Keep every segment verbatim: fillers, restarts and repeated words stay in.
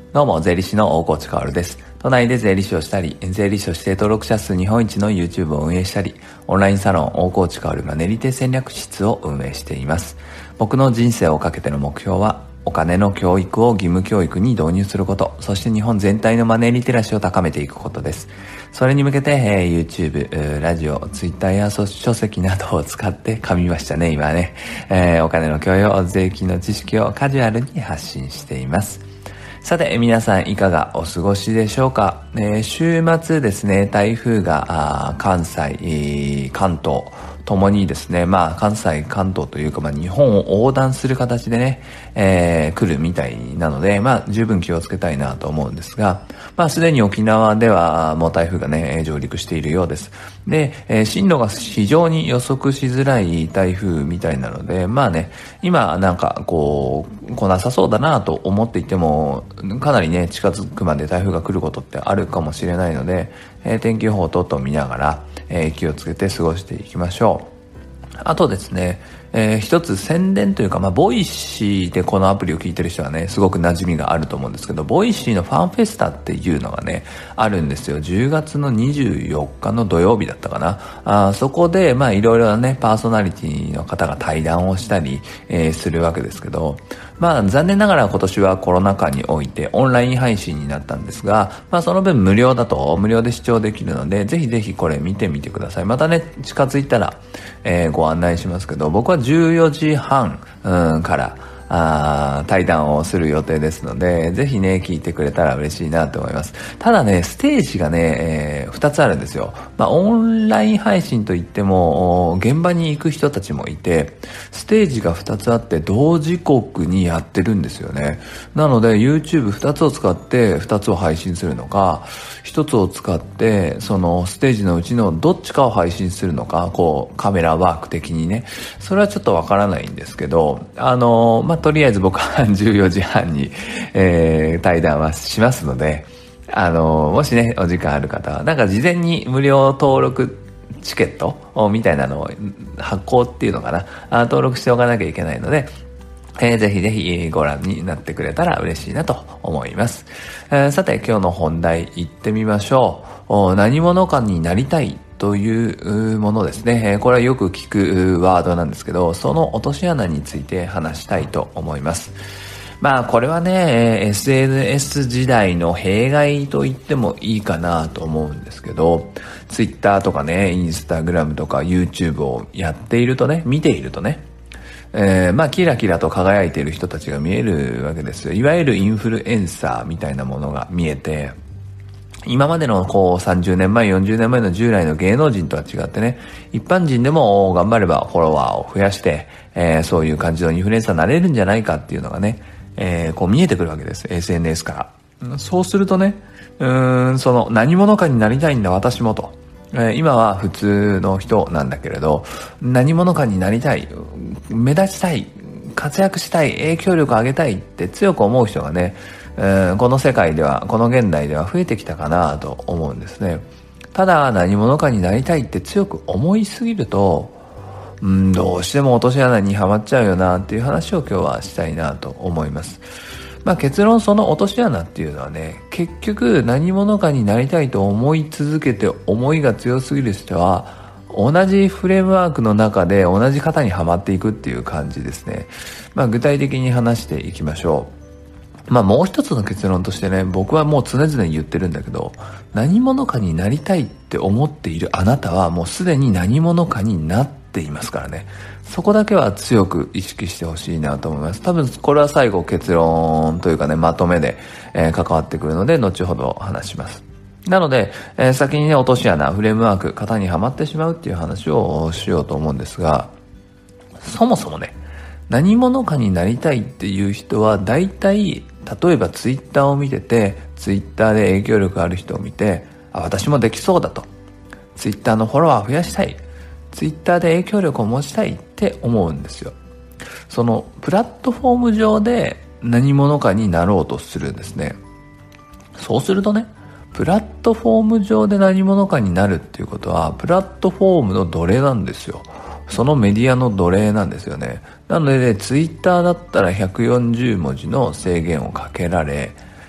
どうも、税理士の大河内薫です。都内で税理士をしたり、税理士を指定登録者数日本一の YouTube を運営したり、オンラインサロン大河内薫マネリテ戦略室を運営しています。僕の人生をかけての目標は、お金の教育を義務教育に導入すること、そして日本全体のマネーリテラシーを高めていくことです。それに向けて、えー、YouTube、ラジオ、Twitter や書籍などを使って噛みましたね、今ね。えー、お金の教養、税金の知識をカジュアルに発信しています。さて、皆さんいかがお過ごしでしょうか。えー、週末ですね、台風が関西、関東ともにですね、まあ関西、関東というか、まあ日本を横断する形でね、えー、来るみたいなので、まあ十分気をつけたいなと思うんですが、まあすでに沖縄ではもう台風がね、上陸しているようです。で、えー、進路が非常に予測しづらい台風みたいなので、まあね、今なんかこう、来なさそうだなと思っていても、かなりね、近づくまで台風が来ることってあるかもしれないので、えー、天気予報等々見ながら、えー、気をつけて過ごしていきましょう。あとですね、えー、一つ宣伝というか、まあ、ボイシーでこのアプリを聞いてる人はね、すごく馴染みがあると思うんですけど、ボイシーのファンフェスタっていうのがね、あるんですよ。じゅうがつのにじゅうよっかの土曜日だったかな。あそこで、まあ、いろいろなね、パーソナリティの方が対談をしたり、えー、するわけですけど、まあ、残念ながら今年はコロナ禍においてオンライン配信になったんですが、まあ、その分無料だと、無料で視聴できるので、ぜひぜひこれ見てみてください。またね、近づいたら、えー、ご案内しますけど、僕はじゅうよじはん、うん、からあ対談をする予定ですので、ぜひね、聞いてくれたら嬉しいなと思います。ただね、ステージがね、えー、ふたつあるんですよ。まあ、オンライン配信といっても、現場に行く人たちもいて、ステージがふたつあって同時刻にやってるんですよね。なので、YouTube ふたつを使ってふたつを配信するのか、ひとつを使って、そのステージのうちのどっちかを配信するのか、こう、カメラワーク的にね、それはちょっとわからないんですけど、あの、まあ、とりあえず僕はじゅうよじはんに、えー、対談はしますので、あの、もしね、お時間ある方は、なんか事前に無料登録チケットみたいなのを発行っていうのかな、あ登録しておかなきゃいけないので、えー、ぜひぜひご覧になってくれたら嬉しいなと思います。えー、さて、今日の本題行ってみましょう。何者かになりたいというものですね。これはよく聞くワードなんですけど、その落とし穴について話したいと思います。まあこれはね、エスエヌエス 時代の弊害と言ってもいいかなと思うんですけど、Twitter とかね、Instagram とか YouTube をやっているとね、見ているとね、えー、まあキラキラと輝いている人たちが見えるわけですよ。いわゆるインフルエンサーみたいなものが見えて、今までのこうさんじゅうねんまえ、よんじゅうねんまえの従来の芸能人とは違ってね、一般人でも頑張ればフォロワーを増やして、えー、そういう感じのインフルエンサーになれるんじゃないかっていうのがね、えー、こう見えてくるわけです。エスエヌエス から。そうするとね、うーん、その何者かになりたいんだ私もと。えー、今は普通の人なんだけれど、何者かになりたい、目立ちたい、活躍したい、影響力を上げたいって強く思う人がね、えー、この世界では、この現代では増えてきたかなと思うんですね。ただ何者かになりたいって強く思いすぎると、うん、どうしても落とし穴にはまっちゃうよなっていう話を今日はしたいなと思います。まあ結論、その落とし穴っていうのはね、結局何者かになりたいと思い続けて思いが強すぎる人は同じフレームワークの中で同じ型にはまっていくっていう感じですね。まあ具体的に話していきましょう。まあもう一つの結論としてね、僕はもう常々言ってるんだけど、何者かになりたいって思っているあなたはもうすでに何者かになっていますからね。そこだけは強く意識してほしいなと思います。多分これは最後結論というかね、まとめで、えー、関わってくるので、後ほど話します。なので、えー、先にね、落とし穴、フレームワーク、型にはまってしまうっていう話をしようと思うんですが、そもそもね、何者かになりたいっていう人は大体、例えばツイッターを見てて、ツイッターで影響力ある人を見て、あ、私もできそうだと。ツイッターのフォロワー増やしたい。ツイッターで影響力を持ちたいって思うんですよ。そのプラットフォーム上で何者かになろうとするんですね。そうするとね、プラットフォーム上で何者かになるっていうことは、プラットフォームの奴隷なんですよ。そのメディアの奴隷なんですよね。なので、ね、ツイッターだったらひゃくよんじゅうもじの制限をかけられ、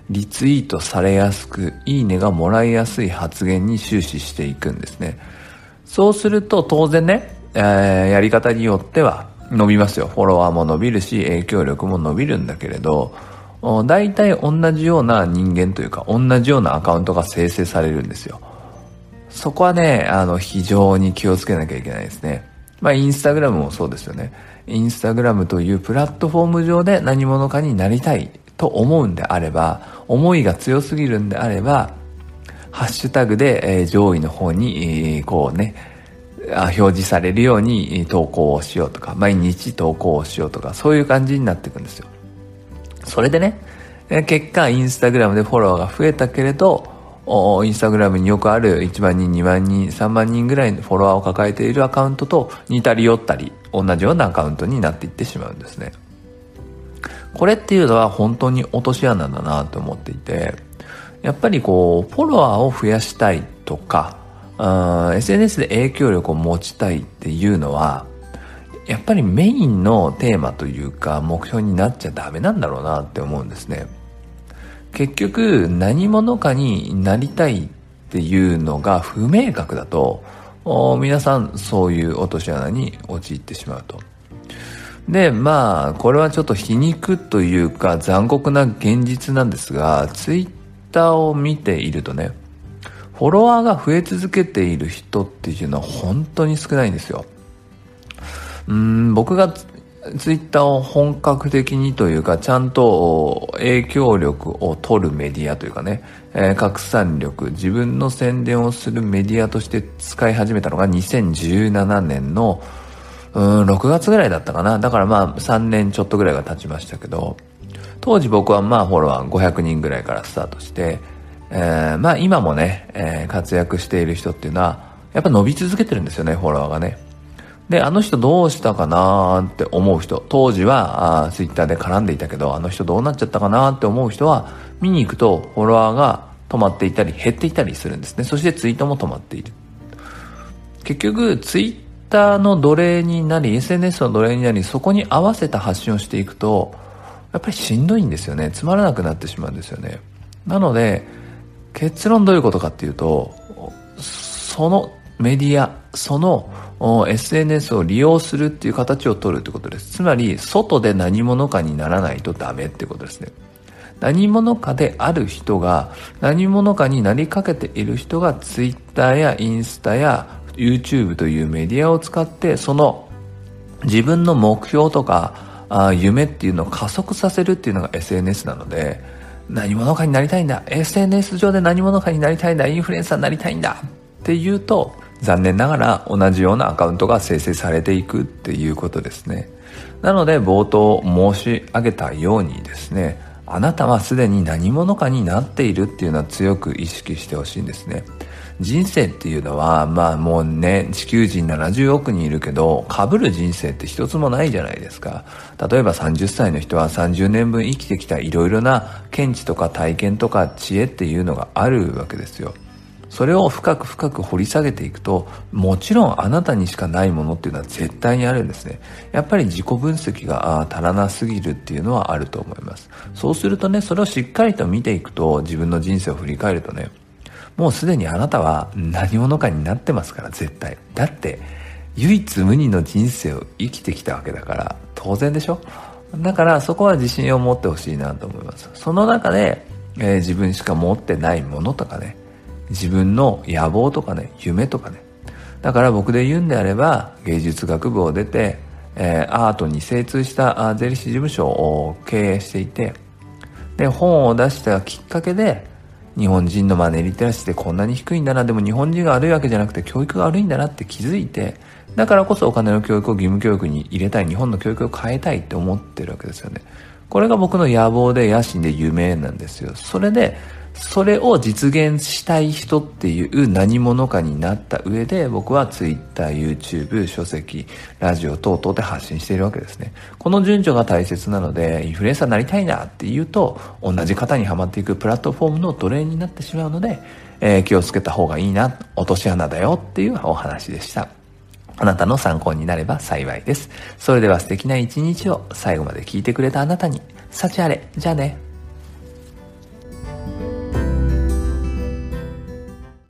リツイートされやすく、いいねがもらいやすい発言に終始していくんですね。そうすると当然ね、えー、やり方によっては伸びますよ。フォロワーも伸びるし、影響力も伸びるんだけれど、大体同じような人間というか、同じようなアカウントが生成されるんですよ。そこはね、あの、非常に気をつけなきゃいけないですね。まあ、インスタグラムもそうですよね。インスタグラムというプラットフォーム上で何者かになりたいと思うんであれば、思いが強すぎるんであれば、ハッシュタグで、えー、上位の方に、えー、こうね、表示されるように投稿をしようとか、毎日投稿をしようとか、そういう感じになっていくんですよ。それでね、結果、インスタグラムでフォロワーが増えたけれど、インスタグラムによくあるいちまんにん、にまんにん、さんまんにんぐらいのフォロワーを抱えているアカウントと似たり寄ったり、同じようなアカウントになっていってしまうんですね。これっていうのは本当に落とし穴だなと思っていて、やっぱりこう、フォロワーを増やしたいとか、エスエヌエス で影響力を持ちたいっていうのは、やっぱりメインのテーマというか目標になっちゃダメなんだろうなって思うんですね。結局何者かになりたいっていうのが不明確だと、皆さんそういう落とし穴に陥ってしまうと。で、まあこれはちょっと皮肉というか残酷な現実なんですが、ツイッターを見ているとね、フォロワーが増え続けている人っていうのは本当に少ないんですよ。うーん僕がツイッターを本格的にというかちゃんと影響力を取るメディアというかね、えー、拡散力、自分の宣伝をするメディアとして使い始めたのがにせんじゅうななねんのうーんろくがつぐらいだったかな。だからまあさんねんちょっとぐらいが経ちましたけど、当時僕はまあフォロワーごひゃくにんぐらいからスタートして、えー、まあ今もね、えー、活躍している人っていうのはやっぱ伸び続けてるんですよね、フォロワーがね。で、あの人どうしたかなーって思う人、当時はあツイッターで絡んでいたけど、あの人どうなっちゃったかなーって思う人は、見に行くとフォロワーが止まっていたり減っていたりするんですね。そしてツイートも止まっている。結局ツイッターの奴隷になり、 エスエヌエス の奴隷になり、そこに合わせた発信をしていくとやっぱりしんどいんですよね。つまらなくなってしまうんですよね。なので結論どういうことかっていうと、そのメディア、その エスエヌエス を利用するっていう形を取るってことです。つまり外で何者かにならないとダメってことですね。何者かである人が、何者かになりかけている人が Twitter やインスタや YouTube というメディアを使って、その自分の目標とかあ夢っていうのを加速させるっていうのが エスエヌエス なので、何者かになりたいんだ、 エスエヌエス 上で何者かになりたいんだ、インフルエンサーになりたいんだっていうと、残念ながら同じようなアカウントが生成されていくっていうことですね。なので冒頭申し上げたようにですね、あなたはすでに何者かになっているっていうのは強く意識してほしいんですね。人生っていうのはまあもうね、地球人ななじゅうおくにんいるけど被る人生って一つもないじゃないですか。例えばさんじゅっさいの人はさんじゅうねんぶん生きてきたいろいろな見地とか体験とか知恵っていうのがあるわけですよ。それを深く深く掘り下げていくと、もちろんあなたにしかないものっていうのは絶対にあるんですね。やっぱり自己分析が足らなすぎるっていうのはあると思います。そうするとね、それをしっかりと見ていくと、自分の人生を振り返るとね、もうすでにあなたは何者かになってますから、絶対。だって唯一無二の人生を生きてきたわけだから当然でしょ。だからそこは自信を持ってほしいなと思います。その中で、えー、自分しか持ってないものとかね、自分の野望とかね、夢とかね。だから僕で言うんであれば、芸術学部を出て、えー、アートに精通した税理士事務所を経営していて、で、本を出したきっかけで、日本人のマネーリテラシーってこんなに低いんだな、でも日本人が悪いわけじゃなくて教育が悪いんだなって気づいて、だからこそお金の教育を義務教育に入れたい、日本の教育を変えたいって思ってるわけですよね。これが僕の野望で野心で夢なんですよ。それで、それを実現したい人っていう何者かになった上で、僕は Twitter、YouTube、書籍、ラジオ等々で発信しているわけですね。この順序が大切なので、インフルエンサーになりたいなっていうと、同じ型にはまっていくプラットフォームの奴隷になってしまうので、えー、気をつけた方がいいな、落とし穴だよっていうお話でした。あなたの参考になれば幸いです。それでは素敵な一日を最後まで聞いてくれたあなたに、幸あれ。じゃあね。